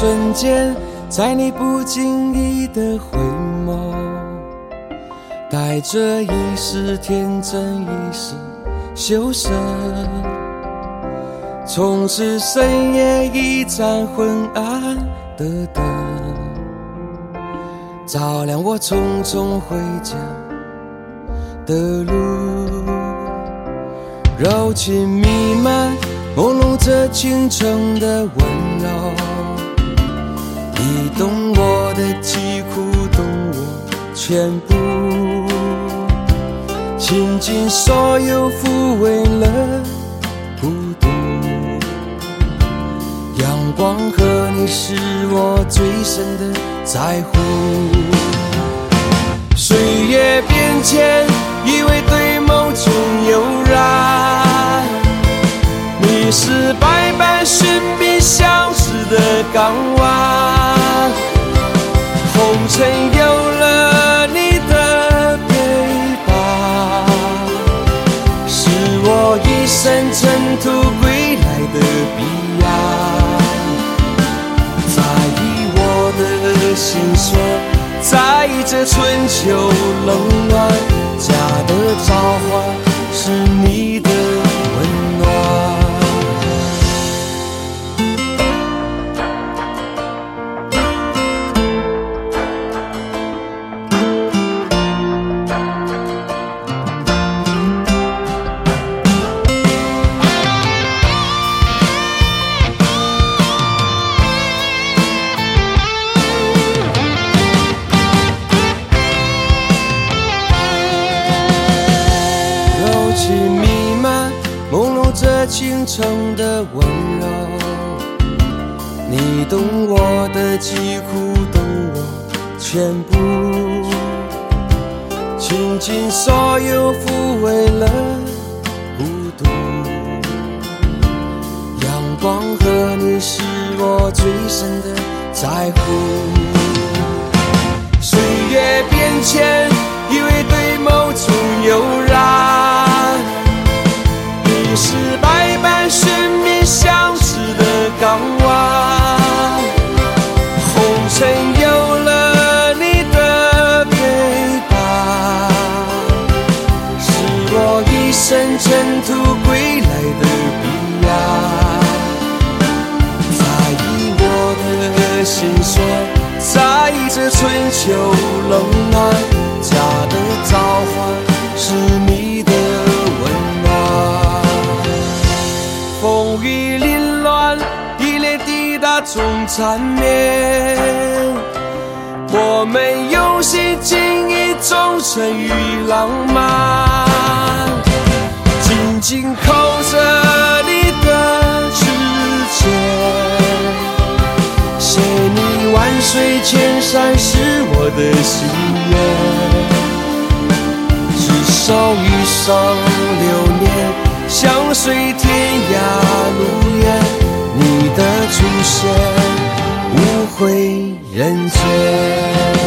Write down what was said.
瞬间，在你不经意的回眸，带着一丝天真，一丝羞涩。从此深夜一盏昏暗的灯，照亮我匆匆回家的路。柔情弥漫，朦胧着倾城的温柔，你懂我的疾苦，懂我全部，倾尽所有抚慰了孤独。阳光和你是我最深的在乎。岁月变迁，以为对梦中悠然，你是百般寻觅相识的港湾。红尘有了你的陪伴，是我一生尘途归来的彼岸。在意我的心酸，在意这春秋冷暖，家的召唤是你的温暖。弥漫朦胧着倾城的温柔，你懂我的疾苦，懂我全部，倾尽所有抚慰了孤独。阳光和你是我最深的在乎。岁月变迁，以为对梦中悠然，你是百般寻觅相识的港湾。红尘有了你的陪伴，是我一生尘途归来的彼岸。在意我的心酸，在意这春秋冷暖，家的召唤是你的温暖。风雨凌乱，一泪滴答中缠绵，我们用心经营忠诚与浪漫，紧紧扣着你的指尖。谢你万水千山是我的心愿，执手一生流年，相随天涯路远，你的出现无悔人间。